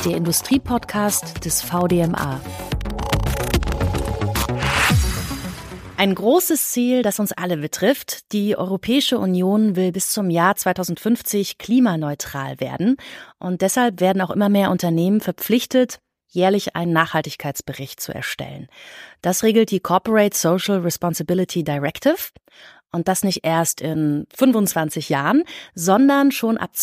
der Industriepodcast des VDMA. Ein großes Ziel, das uns alle betrifft. Die Europäische Union will bis zum Jahr 2050 klimaneutral werden. Und deshalb werden auch immer mehr Unternehmen verpflichtet, jährlich einen Nachhaltigkeitsbericht zu erstellen. Das regelt die Corporate Social Responsibility Directive. Und das nicht erst in 25 Jahren, sondern schon ab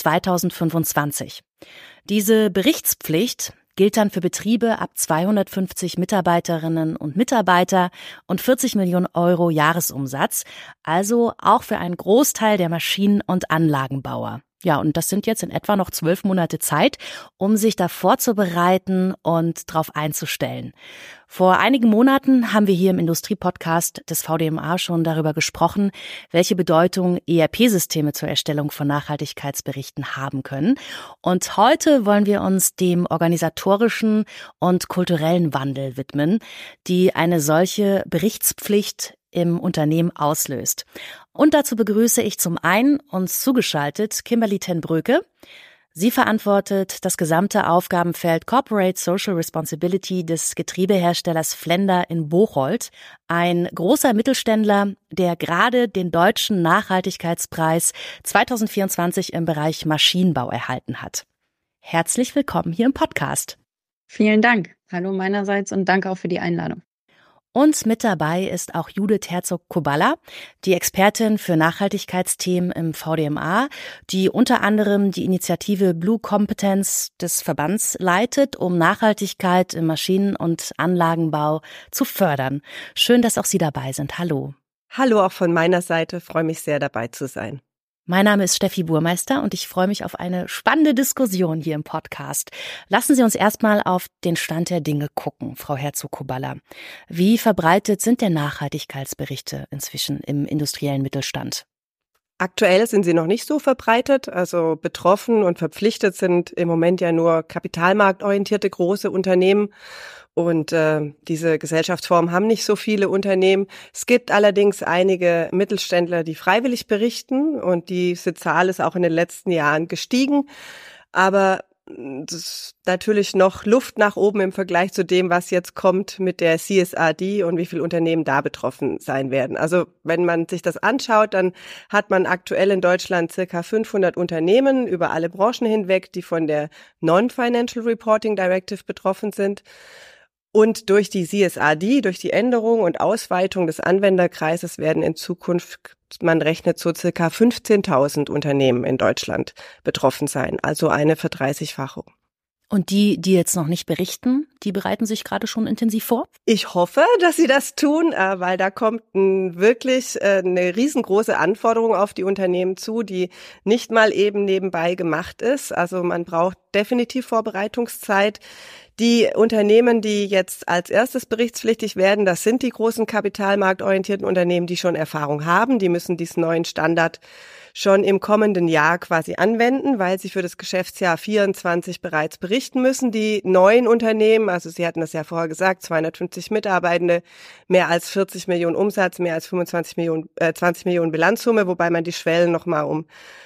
2025. Diese Berichtspflicht gilt dann für Betriebe ab 250 Mitarbeiterinnen und Mitarbeiter und 40 Millionen Euro Jahresumsatz, also auch für einen Großteil der Maschinen- und Anlagenbauer. Ja, und das sind jetzt in etwa noch 12 Monate Zeit, um sich da vorzubereiten und darauf einzustellen. Vor einigen Monaten haben wir hier im Industriepodcast des VDMA schon darüber gesprochen, welche Bedeutung ERP-Systeme zur Erstellung von Nachhaltigkeitsberichten haben können. Und heute wollen wir uns dem organisatorischen und kulturellen Wandel widmen, die eine solche Berichtspflicht im Unternehmen auslöst. Und dazu begrüße ich zum einen uns zugeschaltet Kimberly ten Broeke. Sie verantwortet das gesamte Aufgabenfeld Corporate Social Responsibility des Getriebeherstellers Flender in Bocholt, ein großer Mittelständler, der gerade den deutschen Nachhaltigkeitspreis 2024 im Bereich Maschinenbau erhalten hat. Herzlich willkommen hier im Podcast. Vielen Dank. Hallo meinerseits und danke auch für die Einladung. Und mit dabei ist auch Judith Herzog-Kubala, die Expertin für Nachhaltigkeitsthemen im VDMA, die unter anderem die Initiative Blue Competence des Verbands leitet, um Nachhaltigkeit im Maschinen- und Anlagenbau zu fördern. Schön, dass auch Sie dabei sind. Hallo. Hallo auch von meiner Seite. Freue mich sehr, dabei zu sein. Mein Name ist Steffi Burmeister und ich freue mich auf eine spannende Diskussion hier im Podcast. Lassen Sie uns erstmal auf den Stand der Dinge gucken, Frau Herzog-Kubala. Wie verbreitet sind denn Nachhaltigkeitsberichte inzwischen im industriellen Mittelstand? Aktuell sind sie noch nicht so verbreitet, also betroffen und verpflichtet sind im Moment ja nur kapitalmarktorientierte große Unternehmen. Und diese Gesellschaftsform haben nicht so viele Unternehmen. Es gibt allerdings einige Mittelständler, die freiwillig berichten und diese Zahl ist auch in den letzten Jahren gestiegen. Aber das ist natürlich noch Luft nach oben im Vergleich zu dem, was jetzt kommt mit der CSRD und wie viele Unternehmen da betroffen sein werden. Also wenn man sich das anschaut, dann hat man aktuell in Deutschland circa 500 Unternehmen über alle Branchen hinweg, die von der Non-Financial Reporting Directive betroffen sind. Und durch die CSRD, durch die Änderung und Ausweitung des Anwenderkreises werden in Zukunft, man rechnet, so circa 15.000 Unternehmen in Deutschland betroffen sein. Also eine Verdreißigfachung. Und die jetzt noch nicht berichten, die bereiten sich gerade schon intensiv vor? Ich hoffe, dass sie das tun, weil da kommt wirklich eine riesengroße Anforderung auf die Unternehmen zu, die nicht mal eben nebenbei gemacht ist. Also man braucht definitiv Vorbereitungszeit. Die Unternehmen, die jetzt als erstes berichtspflichtig werden, das sind die großen kapitalmarktorientierten Unternehmen, die schon Erfahrung haben. Die müssen diesen neuen Standard schon im kommenden Jahr quasi anwenden, weil sie für das Geschäftsjahr 24 bereits berichten müssen. Die neuen Unternehmen, also Sie hatten das ja vorher gesagt, 250 Mitarbeitende, mehr als 40 Millionen Umsatz, mehr als 20 Millionen Bilanzsumme, wobei man die Schwellen nochmal um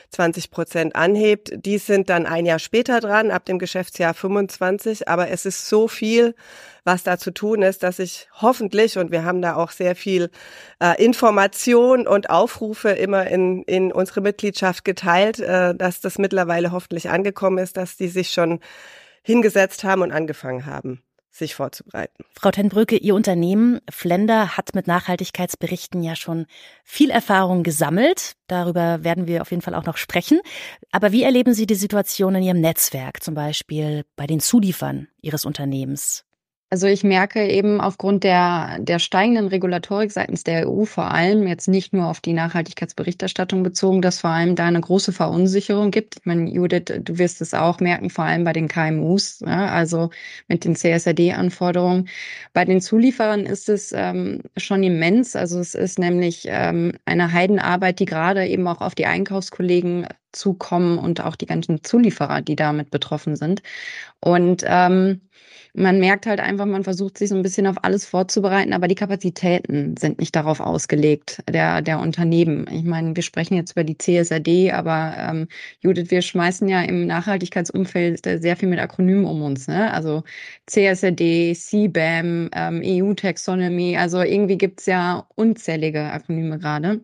20% anhebt. Die sind dann ein Jahr später dran, ab dem Geschäftsjahr 25. Aber es ist so viel, was da zu tun ist, dass ich hoffentlich, und wir haben da auch sehr viel Information und Aufrufe immer in unsere Mitgliedschaft geteilt, dass das mittlerweile hoffentlich angekommen ist, dass die sich schon hingesetzt haben und angefangen haben, sich vorzubereiten. Frau ten Broeke, Ihr Unternehmen Flender hat mit Nachhaltigkeitsberichten ja schon viel Erfahrung gesammelt. Darüber werden wir auf jeden Fall auch noch sprechen. Aber wie erleben Sie die Situation in Ihrem Netzwerk, zum Beispiel bei den Zulieferern Ihres Unternehmens? Also ich merke eben aufgrund der steigenden Regulatorik seitens der EU vor allem, jetzt nicht nur auf die Nachhaltigkeitsberichterstattung bezogen, dass vor allem da eine große Verunsicherung gibt. Ich meine, Judith, du wirst es auch merken, vor allem bei den KMUs, ja, also mit den CSRD-Anforderungen. Bei den Zulieferern ist es schon immens. Also es ist nämlich eine Heidenarbeit, die gerade eben auch auf die Einkaufskollegen zukommen und auch die ganzen Zulieferer, die damit betroffen sind. Und man merkt halt einfach, man versucht sich so ein bisschen auf alles vorzubereiten, aber die Kapazitäten sind nicht darauf ausgelegt, der Unternehmen. Ich meine, wir sprechen jetzt über die CSRD, aber Judith, wir schmeißen ja im Nachhaltigkeitsumfeld sehr viel mit Akronymen um uns, ne? Also CSRD, CBAM, EU-Taxonomy, also irgendwie gibt's ja unzählige Akronyme gerade.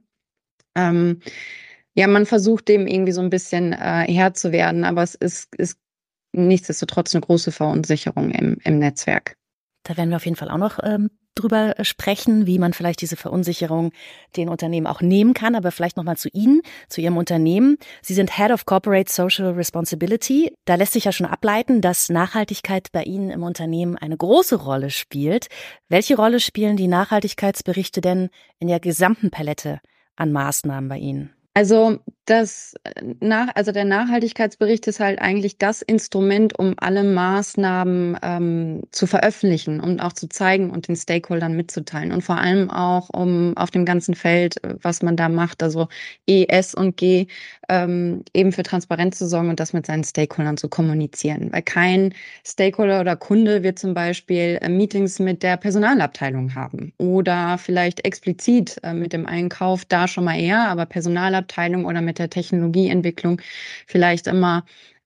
Ja, man versucht dem irgendwie so ein bisschen Herr zu werden, aber es ist nichtsdestotrotz eine große Verunsicherung im Netzwerk. Da werden wir auf jeden Fall auch noch drüber sprechen, wie man vielleicht diese Verunsicherung den Unternehmen auch nehmen kann. Aber vielleicht nochmal zu Ihnen, zu Ihrem Unternehmen. Sie sind Head of Corporate Social Responsibility. Da lässt sich ja schon ableiten, dass Nachhaltigkeit bei Ihnen im Unternehmen eine große Rolle spielt. Welche Rolle spielen die Nachhaltigkeitsberichte denn in der gesamten Palette an Maßnahmen bei Ihnen? Also der Nachhaltigkeitsbericht ist halt eigentlich das Instrument, um alle Maßnahmen zu veröffentlichen und auch zu zeigen und den Stakeholdern mitzuteilen und vor allem auch um auf dem ganzen Feld, was man da macht, also E, S und G, eben für Transparenz zu sorgen und das mit seinen Stakeholdern zu kommunizieren. Weil kein Stakeholder oder Kunde wird zum Beispiel Meetings mit der Personalabteilung haben oder vielleicht explizit mit dem Einkauf da schon mal eher, aber Personalabteilung oder mit der Technologieentwicklung vielleicht immer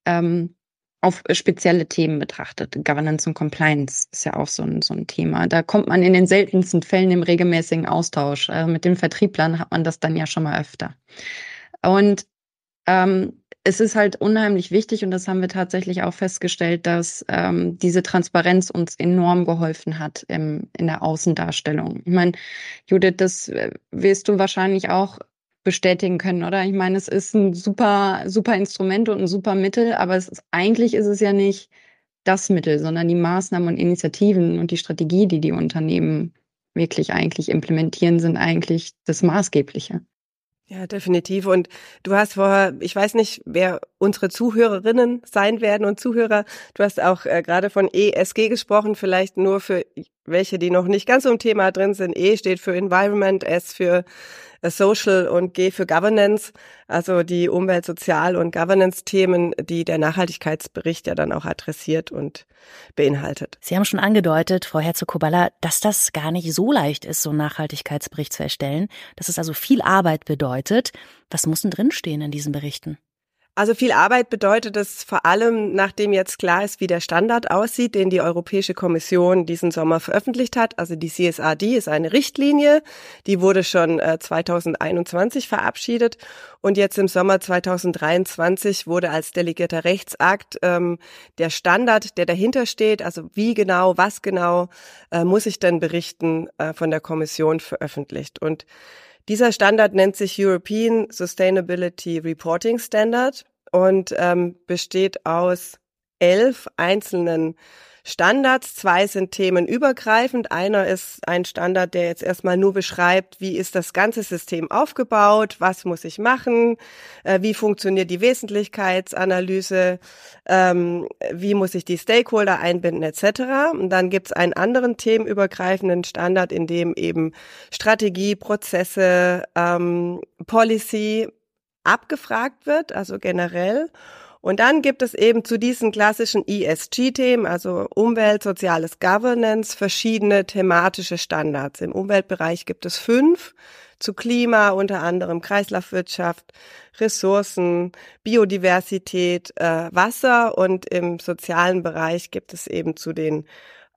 auf spezielle Themen betrachtet. Governance und Compliance ist ja auch so ein Thema. Da kommt man in den seltensten Fällen im regelmäßigen Austausch. Mit den Vertrieblern hat man das dann ja schon mal öfter. Und es ist halt unheimlich wichtig, und das haben wir tatsächlich auch festgestellt, dass diese Transparenz uns enorm geholfen hat in der Außendarstellung. Ich meine, Judith, das wirst du wahrscheinlich auch bestätigen können, oder? Ich meine, es ist ein super, super Instrument und ein super Mittel, aber eigentlich ist es ja nicht das Mittel, sondern die Maßnahmen und Initiativen und die Strategie, die Unternehmen wirklich eigentlich implementieren, sind eigentlich das Maßgebliche. Ja, definitiv. Und du hast vorher, ich weiß nicht, wer unsere Zuhörerinnen sein werden und Zuhörer, du hast auch gerade von ESG gesprochen, vielleicht nur für welche, die noch nicht ganz so im Thema drin sind. E steht für Environment, S für Social und G für Governance, also die Umwelt-, Sozial- und Governance-Themen, die der Nachhaltigkeitsbericht ja dann auch adressiert und beinhaltet. Sie haben schon angedeutet, Frau Herzog-Koballa, dass das gar nicht so leicht ist, so einen Nachhaltigkeitsbericht zu erstellen, dass es also viel Arbeit bedeutet. Was muss denn drinstehen in diesen Berichten? Also viel Arbeit bedeutet es vor allem, nachdem jetzt klar ist, wie der Standard aussieht, den die Europäische Kommission diesen Sommer veröffentlicht hat. Also die CSRD ist eine Richtlinie, die wurde schon 2021 verabschiedet und jetzt im Sommer 2023 wurde als delegierter Rechtsakt der Standard, der dahinter steht, also wie genau, was genau muss ich denn berichten, von der Kommission veröffentlicht. Und dieser Standard nennt sich European Sustainability Reporting Standard und besteht aus 11 einzelnen Standards. 2 sind themenübergreifend. Einer ist ein Standard, der jetzt erstmal nur beschreibt, wie ist das ganze System aufgebaut, was muss ich machen, wie funktioniert die Wesentlichkeitsanalyse, wie muss ich die Stakeholder einbinden etc. Und dann gibt es einen anderen themenübergreifenden Standard, in dem eben Strategie, Prozesse, Policy abgefragt wird, also generell. Und dann gibt es eben zu diesen klassischen ESG-Themen, also Umwelt, Soziales, Governance, verschiedene thematische Standards. Im Umweltbereich gibt es 5, zu Klima unter anderem Kreislaufwirtschaft, Ressourcen, Biodiversität, Wasser, und im sozialen Bereich gibt es eben zu den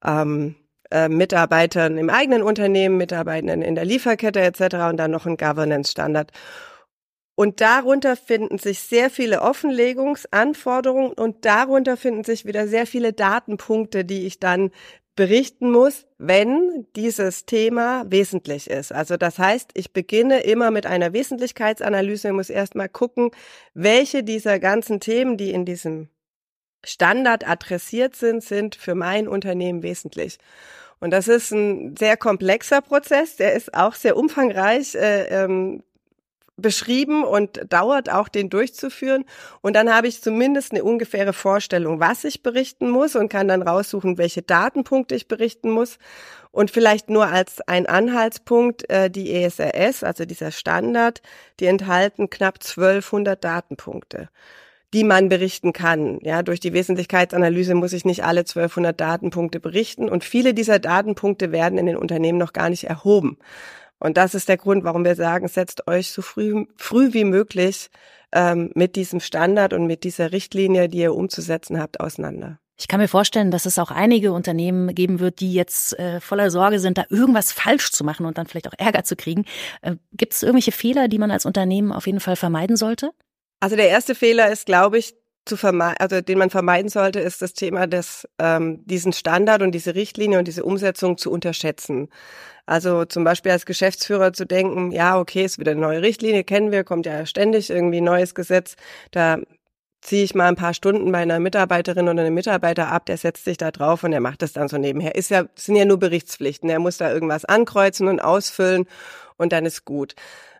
Mitarbeitern im eigenen Unternehmen, Mitarbeitern in der Lieferkette etc. und dann noch ein Governance-Standard. Und darunter finden sich sehr viele Offenlegungsanforderungen und darunter finden sich wieder sehr viele Datenpunkte, die ich dann berichten muss, wenn dieses Thema wesentlich ist. Also das heißt, ich beginne immer mit einer Wesentlichkeitsanalyse. Ich muss erstmal gucken, welche dieser ganzen Themen, die in diesem Standard adressiert sind für mein Unternehmen wesentlich. Und das ist ein sehr komplexer Prozess, der ist auch sehr umfangreich, beschrieben und dauert auch, den durchzuführen. Und dann habe ich zumindest eine ungefähre Vorstellung, was ich berichten muss und kann dann raussuchen, welche Datenpunkte ich berichten muss. Und vielleicht nur als ein Anhaltspunkt, die ESRS, also dieser Standard, die enthalten knapp 1200 Datenpunkte, die man berichten kann. Ja, durch die Wesentlichkeitsanalyse muss ich nicht alle 1200 Datenpunkte berichten. Und viele dieser Datenpunkte werden in den Unternehmen noch gar nicht erhoben. Und das ist der Grund, warum wir sagen, setzt euch so früh wie möglich mit diesem Standard und mit dieser Richtlinie, die ihr umzusetzen habt, auseinander. Ich kann mir vorstellen, dass es auch einige Unternehmen geben wird, die jetzt voller Sorge sind, da irgendwas falsch zu machen und dann vielleicht auch Ärger zu kriegen. Gibt es irgendwelche Fehler, die man als Unternehmen auf jeden Fall vermeiden sollte? Also der erste Fehler ist, glaube ich, den man vermeiden sollte, ist das Thema diesen Standard und diese Richtlinie und diese Umsetzung zu unterschätzen. Also zum Beispiel als Geschäftsführer zu denken, ja, okay, ist wieder eine neue Richtlinie, kennen wir, kommt ja ständig irgendwie ein neues Gesetz, da ziehe ich mal ein paar Stunden bei einer Mitarbeiterin oder einem Mitarbeiter ab, der setzt sich da drauf und der macht das dann so nebenher. Sind ja nur Berichtspflichten, er muss da irgendwas ankreuzen und ausfüllen und dann ist gut.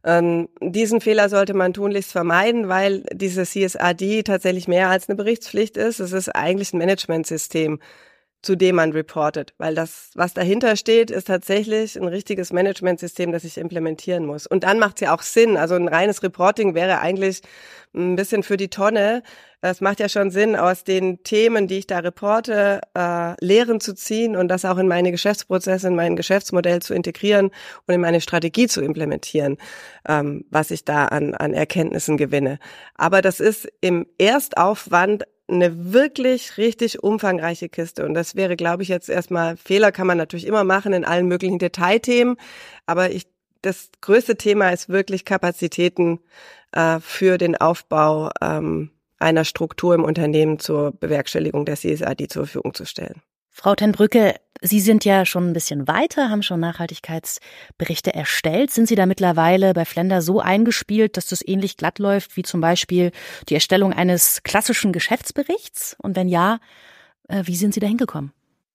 Diesen Fehler sollte man tunlichst vermeiden, weil diese CSRD tatsächlich mehr als eine Berichtspflicht ist. Es ist eigentlich ein Managementsystem, zu dem man reportet, weil das, was dahinter steht, ist tatsächlich ein richtiges Managementsystem, das ich implementieren muss. Und dann macht es ja auch Sinn. Also ein reines Reporting wäre eigentlich ein bisschen für die Tonne. Es macht ja schon Sinn, aus den Themen, die ich da reporte, Lehren zu ziehen und das auch in meine Geschäftsprozesse, in mein Geschäftsmodell zu integrieren und in meine Strategie zu implementieren, was ich da an Erkenntnissen gewinne. Aber das ist im Erstaufwand eine wirklich richtig umfangreiche Kiste. Und das wäre, glaube ich, jetzt erstmal, Fehler kann man natürlich immer machen in allen möglichen Detailthemen. Aber das größte Thema ist wirklich Kapazitäten für den Aufbau einer Struktur im Unternehmen zur Bewerkstelligung der CSRD zur Verfügung zu stellen. Frau ten Brücke, Sie sind ja schon ein bisschen weiter, haben schon Nachhaltigkeitsberichte erstellt. Sind Sie da mittlerweile bei Flender so eingespielt, dass das ähnlich glatt läuft wie zum Beispiel die Erstellung eines klassischen Geschäftsberichts? Und wenn ja, wie sind Sie da hingekommen?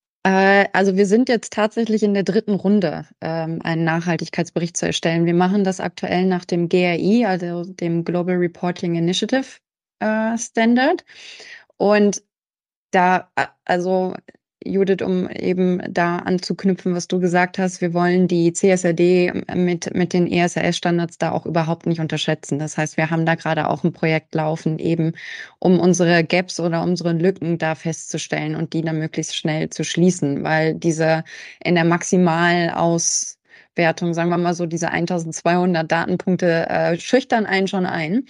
Also wir sind jetzt tatsächlich in der 3. Runde, einen Nachhaltigkeitsbericht zu erstellen. Wir machen das aktuell nach dem GRI, also dem Global Reporting Initiative Standard. Und da, also Judith, um eben da anzuknüpfen, was du gesagt hast, wir wollen die CSRD mit den ESRS-Standards da auch überhaupt nicht unterschätzen. Das heißt, wir haben da gerade auch ein Projekt laufen, eben um unsere Gaps oder unsere Lücken da festzustellen und die dann möglichst schnell zu schließen, weil diese in der Maximalauswertung, sagen wir mal so, diese 1200 Datenpunkte schüchtern einen schon ein.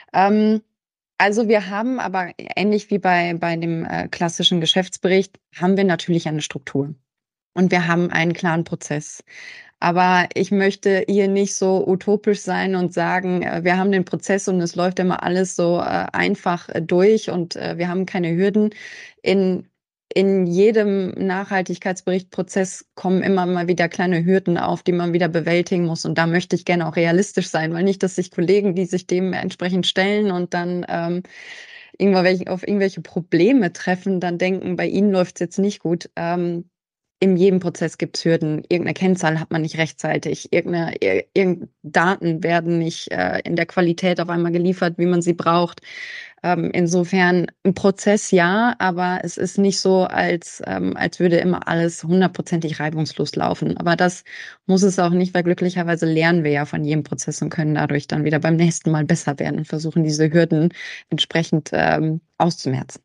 Also wir haben aber ähnlich wie bei dem klassischen Geschäftsbericht, haben wir natürlich eine Struktur und wir haben einen klaren Prozess. Aber ich möchte hier nicht so utopisch sein und sagen, wir haben den Prozess und es läuft immer alles so einfach durch und wir haben keine Hürden. In jedem Nachhaltigkeitsberichtprozess kommen immer mal wieder kleine Hürden auf, die man wieder bewältigen muss. Und da möchte ich gerne auch realistisch sein, weil nicht, dass sich Kollegen, die sich dem entsprechend stellen und dann auf irgendwelche Probleme treffen, dann denken, bei ihnen läuft es jetzt nicht gut. In jedem Prozess gibt es Hürden. Irgendeine Kennzahl hat man nicht rechtzeitig. Irgendeine Daten werden nicht in der Qualität auf einmal geliefert, wie man sie braucht. Insofern ein Prozess ja, aber es ist nicht so, als würde immer alles 100%ig reibungslos laufen. Aber das muss es auch nicht, weil glücklicherweise lernen wir ja von jedem Prozess und können dadurch dann wieder beim nächsten Mal besser werden und versuchen, diese Hürden entsprechend auszumerzen.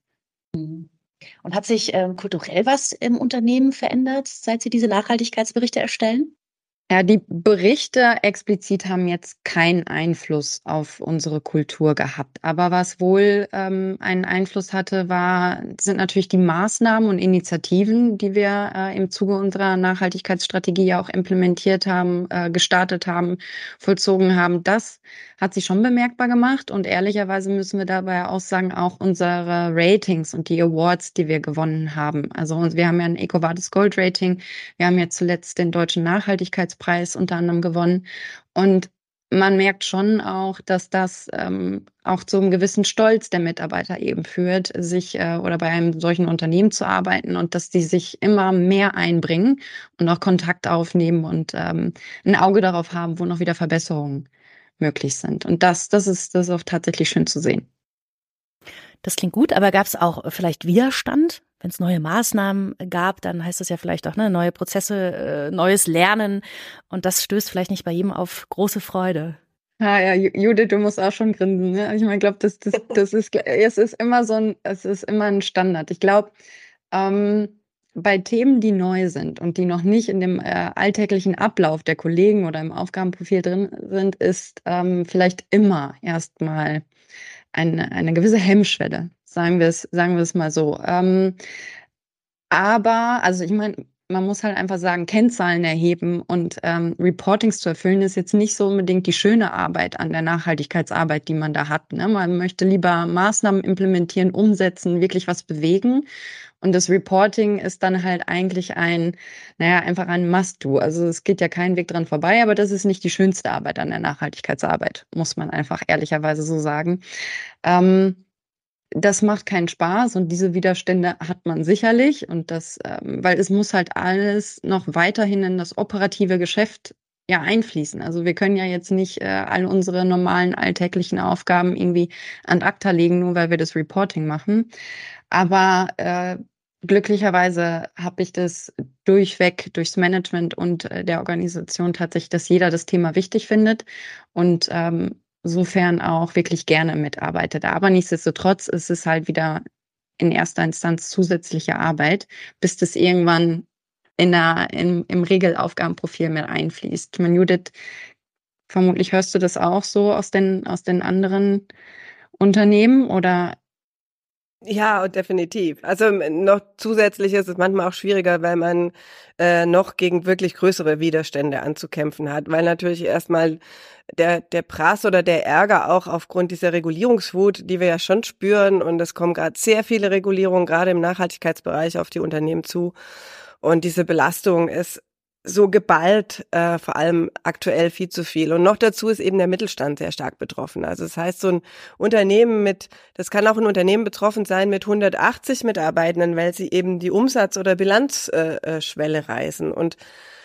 Und hat sich kulturell was im Unternehmen verändert, seit Sie diese Nachhaltigkeitsberichte erstellen? Ja, die Berichte explizit haben jetzt keinen Einfluss auf unsere Kultur gehabt. Aber was wohl einen Einfluss hatte, sind natürlich die Maßnahmen und Initiativen, die wir im Zuge unserer Nachhaltigkeitsstrategie ja auch implementiert haben, gestartet haben, vollzogen haben. Das hat sich schon bemerkbar gemacht. Und ehrlicherweise müssen wir dabei auch sagen, auch unsere Ratings und die Awards, die wir gewonnen haben. Also wir haben ja ein EcoVadis Gold Rating. Wir haben ja zuletzt den Deutschen Nachhaltigkeitspreis unter anderem gewonnen. Und man merkt schon auch, dass das auch zu einem gewissen Stolz der Mitarbeiter eben führt, sich oder bei einem solchen Unternehmen zu arbeiten und dass die sich immer mehr einbringen und auch Kontakt aufnehmen und ein Auge darauf haben, wo noch wieder Verbesserungen möglich sind. Und das ist auch tatsächlich schön zu sehen. Das klingt gut, aber gab es auch vielleicht Widerstand? Wenn es neue Maßnahmen gab, dann heißt das ja vielleicht auch, ne, neue Prozesse, neues Lernen. Und das stößt vielleicht nicht bei jedem auf große Freude. Ja, Judith, du musst auch schon grinsen, ne? Ich meine, ich glaube, es ist immer ein Standard. Ich glaube, bei Themen, die neu sind und die noch nicht in dem alltäglichen Ablauf der Kollegen oder im Aufgabenprofil drin sind, ist vielleicht immer erstmal eine gewisse Hemmschwelle, sagen wir es mal so. Aber, also ich meine, man muss halt einfach sagen, Kennzahlen erheben und Reportings zu erfüllen, ist jetzt nicht so unbedingt die schöne Arbeit an der Nachhaltigkeitsarbeit, die man da hat. Ne? Man möchte lieber Maßnahmen implementieren, umsetzen, wirklich was bewegen. Und das Reporting ist dann halt eigentlich einfach ein Must-Do. Also es geht ja kein Weg dran vorbei, aber das ist nicht die schönste Arbeit an der Nachhaltigkeitsarbeit, muss man einfach ehrlicherweise so sagen. Das macht keinen Spaß und diese Widerstände hat man sicherlich und weil es muss halt alles noch weiterhin in das operative Geschäft ja einfließen. Also wir können ja jetzt nicht all unsere normalen alltäglichen Aufgaben irgendwie ad acta legen, nur weil wir das Reporting machen. Aber glücklicherweise habe ich das durchweg durchs Management und der Organisation tatsächlich, dass jeder das Thema wichtig findet und sofern auch wirklich gerne mitarbeitet. Aber nichtsdestotrotz ist es halt wieder in erster Instanz zusätzliche Arbeit, bis das irgendwann im Regelaufgabenprofil mit einfließt. Ich meine, Judith, vermutlich hörst du das auch so aus den anderen Unternehmen oder? Ja, definitiv. Also noch zusätzlich ist es manchmal auch schwieriger, weil man noch gegen wirklich größere Widerstände anzukämpfen hat, weil natürlich erstmal der Prass oder der Ärger auch aufgrund dieser Regulierungswut, die wir ja schon spüren, und es kommen gerade sehr viele Regulierungen, gerade im Nachhaltigkeitsbereich, auf die Unternehmen zu. Und diese Belastung ist so geballt, vor allem aktuell viel zu viel. Und noch dazu ist eben der Mittelstand sehr stark betroffen. Also das heißt, so ein Unternehmen das kann auch ein Unternehmen betroffen sein mit 180 Mitarbeitenden, weil sie eben die Umsatz- oder Bilanzschwelle reißen. Und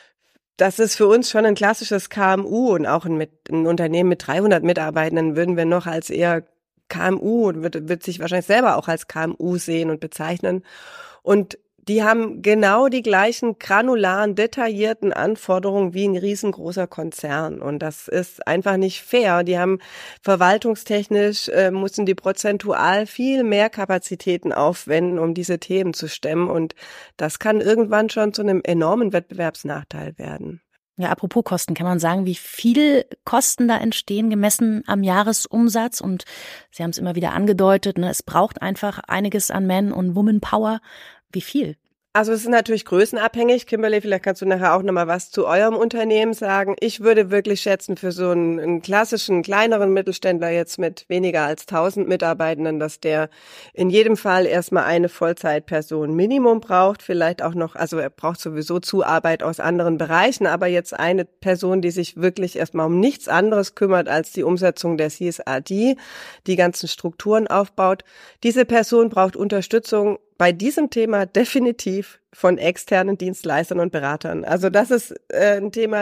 das ist für uns schon ein klassisches KMU und auch ein Unternehmen mit 300 Mitarbeitenden würden wir noch als eher KMU und wird sich wahrscheinlich selber auch als KMU sehen und bezeichnen. Und die haben genau die gleichen granularen, detaillierten Anforderungen wie ein riesengroßer Konzern. Und das ist einfach nicht fair. Die haben verwaltungstechnisch, mussten die prozentual viel mehr Kapazitäten aufwenden, um diese Themen zu stemmen. Und das kann irgendwann schon zu einem enormen Wettbewerbsnachteil werden. Ja, apropos Kosten, kann man sagen, wie viel Kosten da entstehen, gemessen am Jahresumsatz? Und Sie haben es immer wieder angedeutet, ne, es braucht einfach einiges an Man- und Woman-Power. Wie viel? Also es ist natürlich größenabhängig. Kimberly, vielleicht kannst du nachher auch nochmal was zu eurem Unternehmen sagen. Ich würde wirklich schätzen, für so einen klassischen, kleineren Mittelständler jetzt mit weniger als 1000 Mitarbeitenden, dass der in jedem Fall erstmal eine Vollzeitperson Minimum braucht. Vielleicht auch noch, also er braucht sowieso Zuarbeit aus anderen Bereichen, aber jetzt eine Person, die sich wirklich erstmal um nichts anderes kümmert als die Umsetzung der CSRD, die ganzen Strukturen aufbaut. Diese Person braucht Unterstützung bei diesem Thema definitiv von externen Dienstleistern und Beratern. Also das ist ein Thema,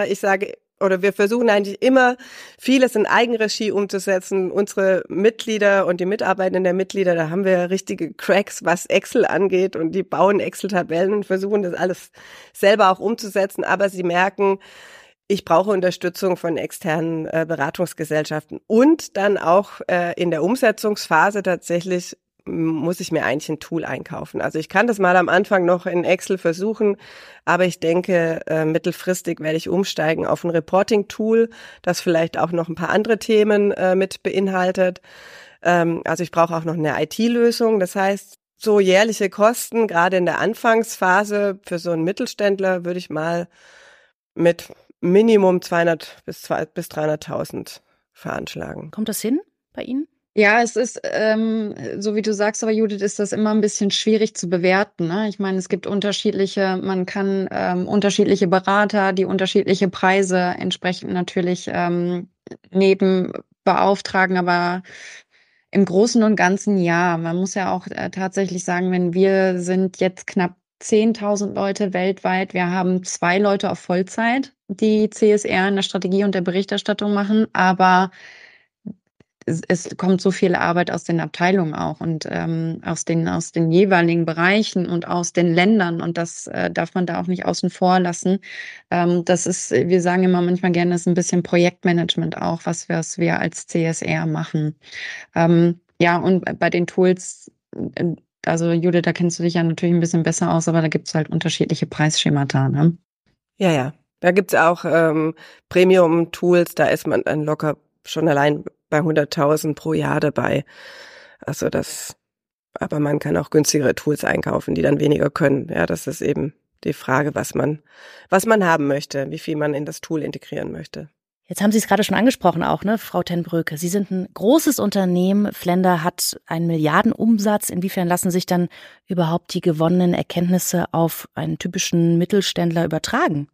wir versuchen eigentlich immer, vieles in Eigenregie umzusetzen. Unsere Mitglieder und die Mitarbeitenden der Mitglieder, da haben wir richtige Cracks, was Excel angeht, und die bauen Excel-Tabellen und versuchen das alles selber auch umzusetzen. Aber sie merken, ich brauche Unterstützung von externen Beratungsgesellschaften und dann auch in der Umsetzungsphase tatsächlich muss ich mir eigentlich ein Tool einkaufen. Also ich kann das mal am Anfang noch in Excel versuchen, aber ich denke, mittelfristig werde ich umsteigen auf ein Reporting-Tool, das vielleicht auch noch ein paar andere Themen mit beinhaltet. Also ich brauche auch noch eine IT-Lösung. Das heißt, so jährliche Kosten, gerade in der Anfangsphase für so einen Mittelständler, würde ich mal mit Minimum 200 bis 300.000 veranschlagen. Kommt das hin bei Ihnen? Ja, es ist, so wie du sagst, aber Judith, ist das immer ein bisschen schwierig zu bewerten. Ne? Ich meine, es gibt man kann unterschiedliche Berater, die unterschiedliche Preise entsprechend natürlich neben beauftragen, aber im Großen und Ganzen ja. Man muss ja auch tatsächlich sagen, wir sind jetzt knapp 10.000 Leute weltweit. Wir haben 2 Leute auf Vollzeit, die CSR in der Strategie und der Berichterstattung machen, aber es kommt so viel Arbeit aus den Abteilungen auch und aus den jeweiligen Bereichen und aus den Ländern, und das darf man da auch nicht außen vor lassen. Das ist, wir sagen immer manchmal gerne, das ist ein bisschen Projektmanagement auch, was wir als CSR machen. Ja, und bei den Tools, also Judith, da kennst du dich ja natürlich ein bisschen besser aus, aber da gibt's halt unterschiedliche Preisschemata, ne? Ja. Da gibt's auch Premium-Tools, da ist man dann locker schon allein bei 100.000 pro Jahr dabei. Also aber man kann auch günstigere Tools einkaufen, die dann weniger können. Ja, das ist eben die Frage, was man haben möchte, wie viel man in das Tool integrieren möchte. Jetzt haben Sie es gerade schon angesprochen auch, ne, Frau ten Broeke. Sie sind ein großes Unternehmen. Flender hat einen Milliardenumsatz. Inwiefern lassen sich dann überhaupt die gewonnenen Erkenntnisse auf einen typischen Mittelständler übertragen?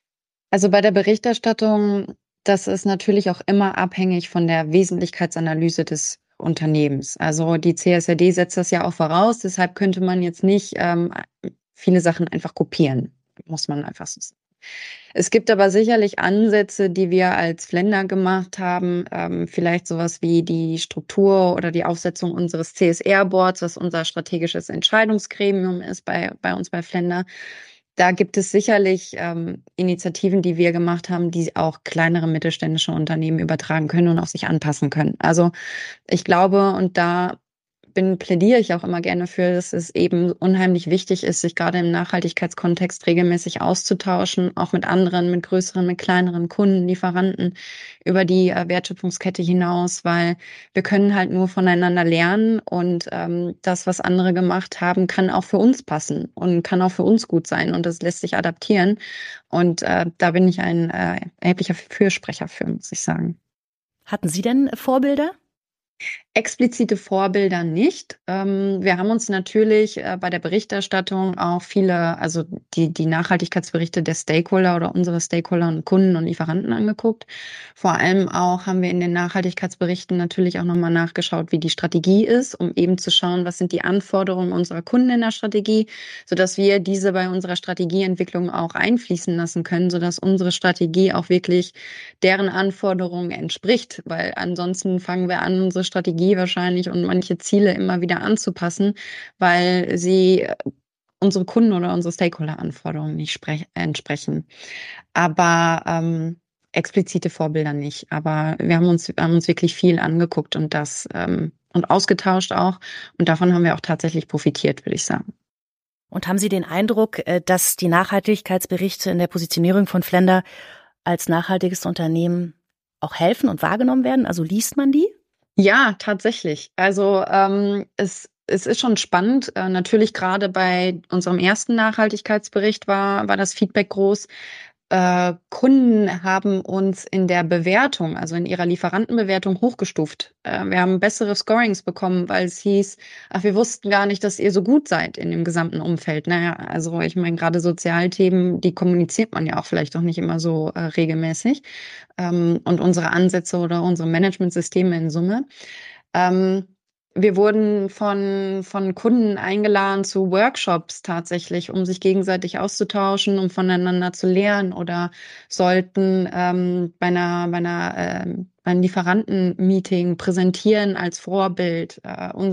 Also bei der Berichterstattung, das ist natürlich auch immer abhängig von der Wesentlichkeitsanalyse des Unternehmens. Also die CSRD setzt das ja auch voraus. Deshalb könnte man jetzt nicht viele Sachen einfach kopieren, muss man einfach so sagen. Es gibt aber sicherlich Ansätze, die wir als Flender gemacht haben, vielleicht sowas wie die Struktur oder die Aufsetzung unseres CSR-Boards, was unser strategisches Entscheidungsgremium ist bei uns bei Flender. Da gibt es sicherlich Initiativen, die wir gemacht haben, die auch kleinere mittelständische Unternehmen übertragen können und auch sich anpassen können. Also ich glaube, und da plädiere ich auch immer gerne für, dass es eben unheimlich wichtig ist, sich gerade im Nachhaltigkeitskontext regelmäßig auszutauschen, auch mit anderen, mit größeren, mit kleineren Kunden, Lieferanten über die Wertschöpfungskette hinaus, weil wir können halt nur voneinander lernen, und das, was andere gemacht haben, kann auch für uns passen und kann auch für uns gut sein, und das lässt sich adaptieren, und da bin ich ein erheblicher Fürsprecher für, muss ich sagen. Hatten Sie denn Vorbilder? Explizite Vorbilder nicht. Wir haben uns natürlich bei der Berichterstattung auch also die Nachhaltigkeitsberichte der Stakeholder oder unsere Stakeholder und Kunden und Lieferanten angeguckt. Vor allem auch haben wir in den Nachhaltigkeitsberichten natürlich auch nochmal nachgeschaut, wie die Strategie ist, um eben zu schauen, was sind die Anforderungen unserer Kunden in der Strategie, sodass wir diese bei unserer Strategieentwicklung auch einfließen lassen können, sodass unsere Strategie auch wirklich deren Anforderungen entspricht, weil ansonsten fangen wir an, unsere Strategie wahrscheinlich und manche Ziele immer wieder anzupassen, weil sie unsere Kunden oder unsere Stakeholder-Anforderungen nicht entsprechen. Aber explizite Vorbilder nicht. Aber wir haben uns wirklich viel angeguckt und das und ausgetauscht auch. Und davon haben wir auch tatsächlich profitiert, würde ich sagen. Und haben Sie den Eindruck, dass die Nachhaltigkeitsberichte in der Positionierung von Flender als nachhaltiges Unternehmen auch helfen und wahrgenommen werden? Also liest man die? Ja, tatsächlich. Also es ist schon spannend. Natürlich gerade bei unserem ersten Nachhaltigkeitsbericht war das Feedback groß. Kunden haben uns in der Bewertung, also in ihrer Lieferantenbewertung, hochgestuft. Wir haben bessere Scorings bekommen, weil es hieß, ach, wir wussten gar nicht, dass ihr so gut seid in dem gesamten Umfeld. Naja, also ich meine, gerade Sozialthemen, die kommuniziert man ja auch vielleicht auch nicht immer so regelmäßig. Und unsere Ansätze oder unsere Managementsysteme in Summe. Wir wurden von Kunden eingeladen zu Workshops tatsächlich, um sich gegenseitig auszutauschen, um voneinander zu lernen, oder sollten bei einem Lieferantenmeeting präsentieren als Vorbild.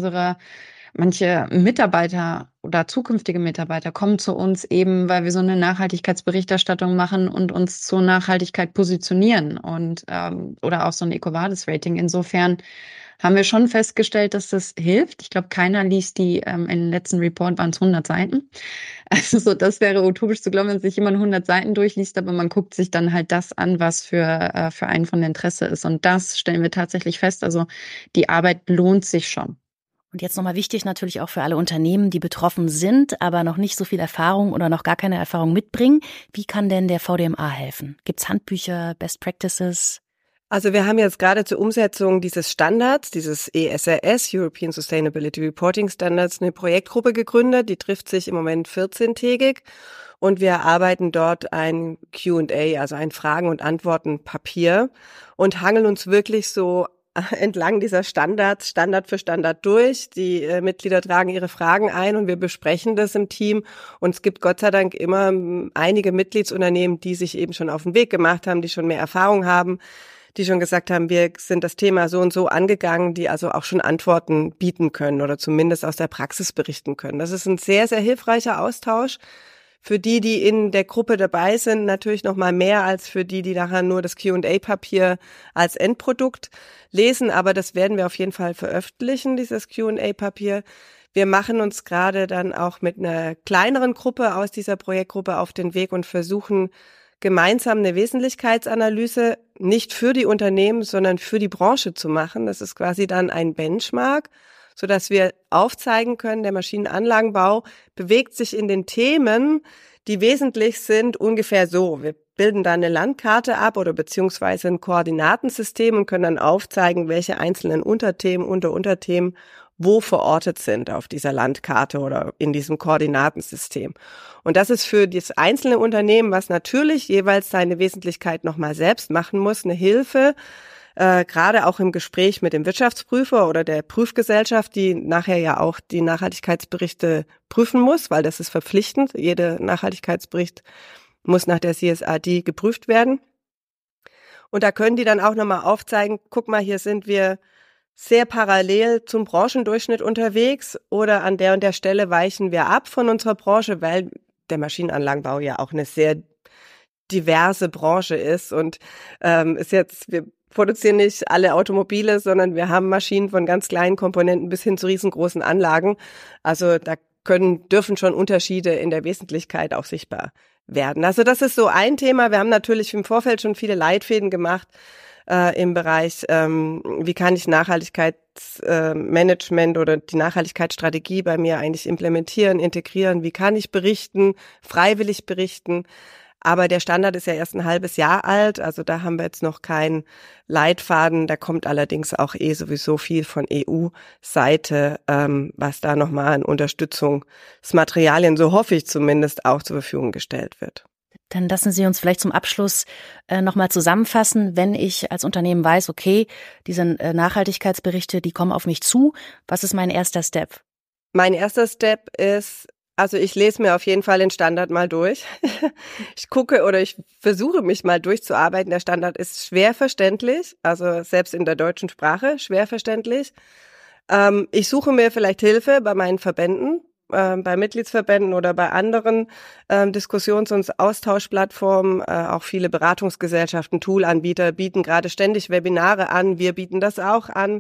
Manche Mitarbeiter oder zukünftige Mitarbeiter kommen zu uns eben, weil wir so eine Nachhaltigkeitsberichterstattung machen und uns zur Nachhaltigkeit positionieren und oder auch so ein EcoVadis Rating. Insofern haben wir schon festgestellt, dass das hilft. Ich glaube, keiner liest die, in den letzten Report waren es 100 Seiten. Also so, das wäre utopisch zu glauben, wenn sich jemand 100 Seiten durchliest, aber man guckt sich dann halt das an, was für einen von Interesse ist. Und das stellen wir tatsächlich fest. Also die Arbeit lohnt sich schon. Und jetzt nochmal wichtig natürlich auch für alle Unternehmen, die betroffen sind, aber noch nicht so viel Erfahrung oder noch gar keine Erfahrung mitbringen. Wie kann denn der VDMA helfen? Gibt's Handbücher, Best Practices? Also wir haben jetzt gerade zur Umsetzung dieses Standards, dieses ESRS, European Sustainability Reporting Standards, eine Projektgruppe gegründet. Die trifft sich im Moment 14-tägig und wir arbeiten dort ein Q&A, also ein Fragen- und Antworten-Papier, und hangeln uns wirklich so entlang dieser Standards, Standard für Standard durch. Die Mitglieder tragen ihre Fragen ein und wir besprechen das im Team. Und es gibt Gott sei Dank immer einige Mitgliedsunternehmen, die sich eben schon auf den Weg gemacht haben, die schon mehr Erfahrung haben, die schon gesagt haben, wir sind das Thema so und so angegangen, die also auch schon Antworten bieten können oder zumindest aus der Praxis berichten können. Das ist ein sehr, sehr hilfreicher Austausch. Für die, die in der Gruppe dabei sind, natürlich noch mal mehr als für die, die nachher nur das Q&A-Papier als Endprodukt lesen. Aber das werden wir auf jeden Fall veröffentlichen, dieses Q&A-Papier. Wir machen uns gerade dann auch mit einer kleineren Gruppe aus dieser Projektgruppe auf den Weg und versuchen gemeinsam eine Wesentlichkeitsanalyse nicht für die Unternehmen, sondern für die Branche zu machen. Das ist quasi dann ein Benchmark, sodass wir aufzeigen können, der Maschinenanlagenbau bewegt sich in den Themen, die wesentlich sind, ungefähr so. Wir bilden da eine Landkarte ab oder beziehungsweise ein Koordinatensystem und können dann aufzeigen, welche einzelnen Unterthemen, Unterthemen wo verortet sind auf dieser Landkarte oder in diesem Koordinatensystem. Und das ist für das einzelne Unternehmen, was natürlich jeweils seine Wesentlichkeit nochmal selbst machen muss, eine Hilfe, gerade auch im Gespräch mit dem Wirtschaftsprüfer oder der Prüfgesellschaft, die nachher ja auch die Nachhaltigkeitsberichte prüfen muss, weil das ist verpflichtend. Jeder Nachhaltigkeitsbericht muss nach der CSRD geprüft werden. Und da können die dann auch nochmal aufzeigen, guck mal, hier sind wir sehr parallel zum Branchendurchschnitt unterwegs oder an der und der Stelle weichen wir ab von unserer Branche, weil der Maschinenanlagenbau ja auch eine sehr diverse Branche ist und ist jetzt, wir produzieren nicht alle Automobile, sondern wir haben Maschinen von ganz kleinen Komponenten bis hin zu riesengroßen Anlagen. Also da dürfen schon Unterschiede in der Wesentlichkeit auch sichtbar werden. Also das ist so ein Thema. Wir haben natürlich im Vorfeld schon viele Leitfäden gemacht im Bereich, wie kann ich Nachhaltigkeitsmanagement oder die Nachhaltigkeitsstrategie bei mir eigentlich implementieren, integrieren, wie kann ich berichten, freiwillig berichten. Aber der Standard ist ja erst ein halbes Jahr alt, also da haben wir jetzt noch keinen Leitfaden. Da kommt allerdings auch sowieso viel von EU-Seite, was da nochmal an Unterstützungsmaterialien, so hoffe ich zumindest, auch zur Verfügung gestellt wird. Dann lassen Sie uns vielleicht zum Abschluss nochmal zusammenfassen, wenn ich als Unternehmen weiß, okay, diese Nachhaltigkeitsberichte, die kommen auf mich zu. Was ist mein erster Step? Mein erster Step ist, also ich lese mir auf jeden Fall den Standard mal durch. Ich gucke oder ich versuche mich mal durchzuarbeiten. Der Standard ist schwer verständlich, also selbst in der deutschen Sprache schwer verständlich. Ich suche mir vielleicht Hilfe bei meinen Verbänden, bei Mitgliedsverbänden oder bei anderen Diskussions- und Austauschplattformen. Auch viele Beratungsgesellschaften, Toolanbieter bieten gerade ständig Webinare an. Wir bieten das auch an.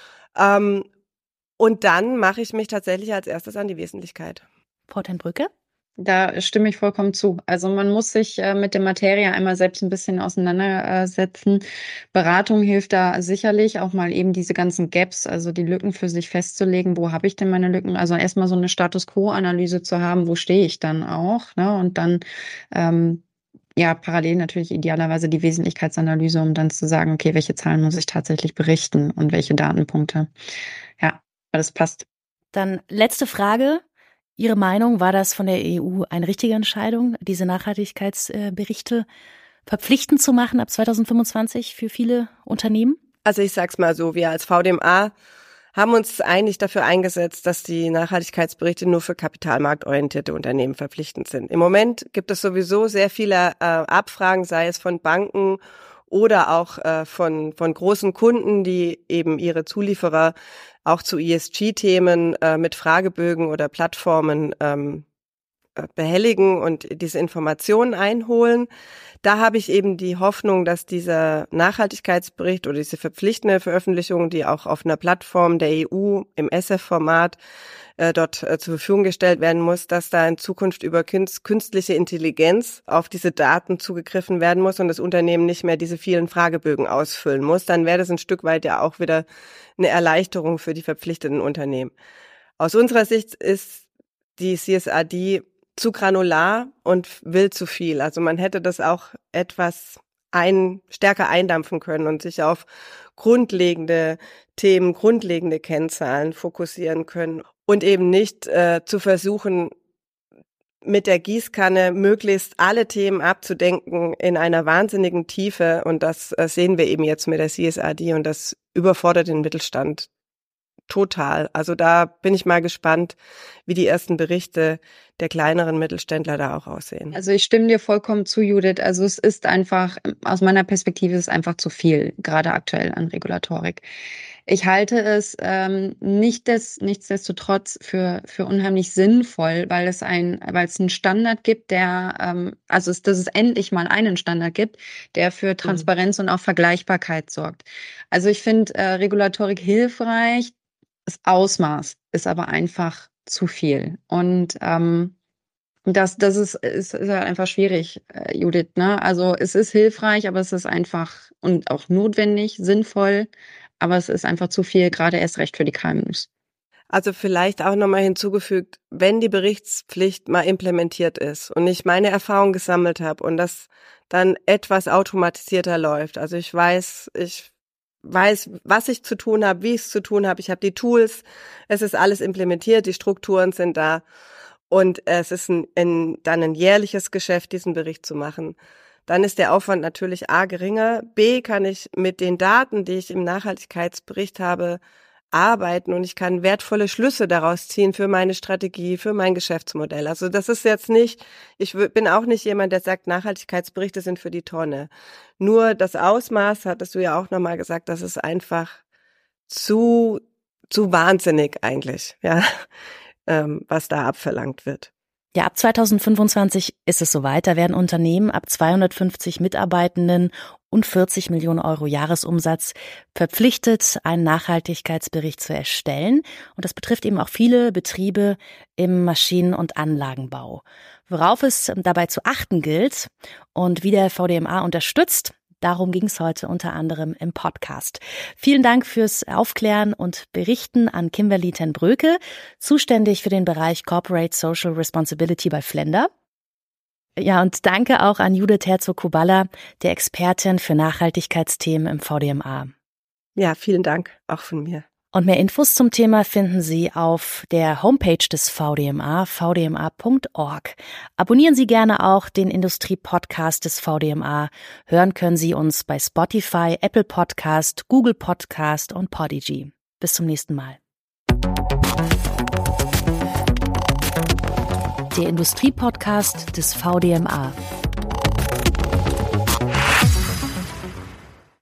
Und dann mache ich mich tatsächlich als erstes an die Wesentlichkeit. Frau ten Brücke? Da stimme ich vollkommen zu. Also man muss sich mit der Materie einmal selbst ein bisschen auseinandersetzen. Beratung hilft da sicherlich, auch mal eben diese ganzen Gaps, also die Lücken für sich festzulegen. Wo habe ich denn meine Lücken? Also erstmal so eine Status-Quo-Analyse zu haben, wo stehe ich dann auch, ne? Und dann parallel natürlich idealerweise die Wesentlichkeitsanalyse, um dann zu sagen, okay, welche Zahlen muss ich tatsächlich berichten und welche Datenpunkte. Ja, das passt. Dann letzte Frage. Ihre Meinung, war das von der EU eine richtige Entscheidung, diese Nachhaltigkeitsberichte verpflichtend zu machen ab 2025 für viele Unternehmen? Also ich sag's mal so, wir als VDMA haben uns eigentlich dafür eingesetzt, dass die Nachhaltigkeitsberichte nur für kapitalmarktorientierte Unternehmen verpflichtend sind. Im Moment gibt es sowieso sehr viele Abfragen, sei es von Banken oder auch von großen Kunden, die eben ihre Zulieferer auch zu ESG-Themen mit Fragebögen oder Plattformen behelligen und diese Informationen einholen. Da habe ich eben die Hoffnung, dass dieser Nachhaltigkeitsbericht oder diese verpflichtende Veröffentlichung, die auch auf einer Plattform der EU im ESEF-Format dort zur Verfügung gestellt werden muss, dass da in Zukunft über künstliche Intelligenz auf diese Daten zugegriffen werden muss und das Unternehmen nicht mehr diese vielen Fragebögen ausfüllen muss. Dann wäre das ein Stück weit ja auch wieder eine Erleichterung für die verpflichteten Unternehmen. Aus unserer Sicht ist die CSRD zu granular und will zu viel. Also man hätte das auch etwas stärker eindampfen können und sich auf grundlegende Themen, grundlegende Kennzahlen fokussieren können und eben nicht zu versuchen, mit der Gießkanne möglichst alle Themen abzudenken in einer wahnsinnigen Tiefe. Und das sehen wir eben jetzt mit der CSRD und das überfordert den Mittelstand total. Also da bin ich mal gespannt, wie die ersten Berichte der kleineren Mittelständler da auch aussehen. Also ich stimme dir vollkommen zu, Judith. Also es ist einfach, aus meiner Perspektive ist es einfach zu viel, gerade aktuell an Regulatorik. Ich halte es nichtsdestotrotz für unheimlich sinnvoll, weil es einen Standard gibt, dass es endlich mal einen Standard gibt, der für Transparenz und auch Vergleichbarkeit sorgt. Also ich finde Regulatorik hilfreich. Das Ausmaß ist aber einfach zu viel. Und das ist halt einfach schwierig, Judith, ne? Also es ist hilfreich, aber es ist einfach und auch notwendig, sinnvoll, aber es ist einfach zu viel, gerade erst recht für die KMUs. Also vielleicht auch nochmal hinzugefügt, wenn die Berichtspflicht mal implementiert ist und ich meine Erfahrung gesammelt habe und das dann etwas automatisierter läuft. Also ich weiß, was ich zu tun habe, wie ich es zu tun habe. Ich habe die Tools, es ist alles implementiert, die Strukturen sind da und es ist dann ein jährliches Geschäft, diesen Bericht zu machen. Dann ist der Aufwand natürlich A geringer. B kann ich mit den Daten, die ich im Nachhaltigkeitsbericht habe, arbeiten und ich kann wertvolle Schlüsse daraus ziehen für meine Strategie, für mein Geschäftsmodell. Also das ist jetzt nicht, ich bin auch nicht jemand, der sagt, Nachhaltigkeitsberichte sind für die Tonne. Nur das Ausmaß, hattest du ja auch nochmal gesagt, das ist einfach zu wahnsinnig eigentlich, ja, was da abverlangt wird. Ja, ab 2025 ist es soweit. Da werden Unternehmen ab 250 Mitarbeitenden und 40 Millionen Euro Jahresumsatz verpflichtet, einen Nachhaltigkeitsbericht zu erstellen. Und das betrifft eben auch viele Betriebe im Maschinen- und Anlagenbau. Worauf es dabei zu achten gilt und wie der VDMA unterstützt, darum ging es heute unter anderem im Podcast. Vielen Dank fürs Aufklären und Berichten an Kimberly ten Broeke, zuständig für den Bereich Corporate Social Responsibility bei Flender. Ja, und danke auch an Judith Herzog-Kuballa, der Expertin für Nachhaltigkeitsthemen im VDMA. Ja, vielen Dank auch von mir. Und mehr Infos zum Thema finden Sie auf der Homepage des VDMA, vdma.org. Abonnieren Sie gerne auch den Industrie-Podcast des VDMA. Hören können Sie uns bei Spotify, Apple Podcast, Google Podcast und Podigy. Bis zum nächsten Mal. Der Industrie-Podcast des VDMA.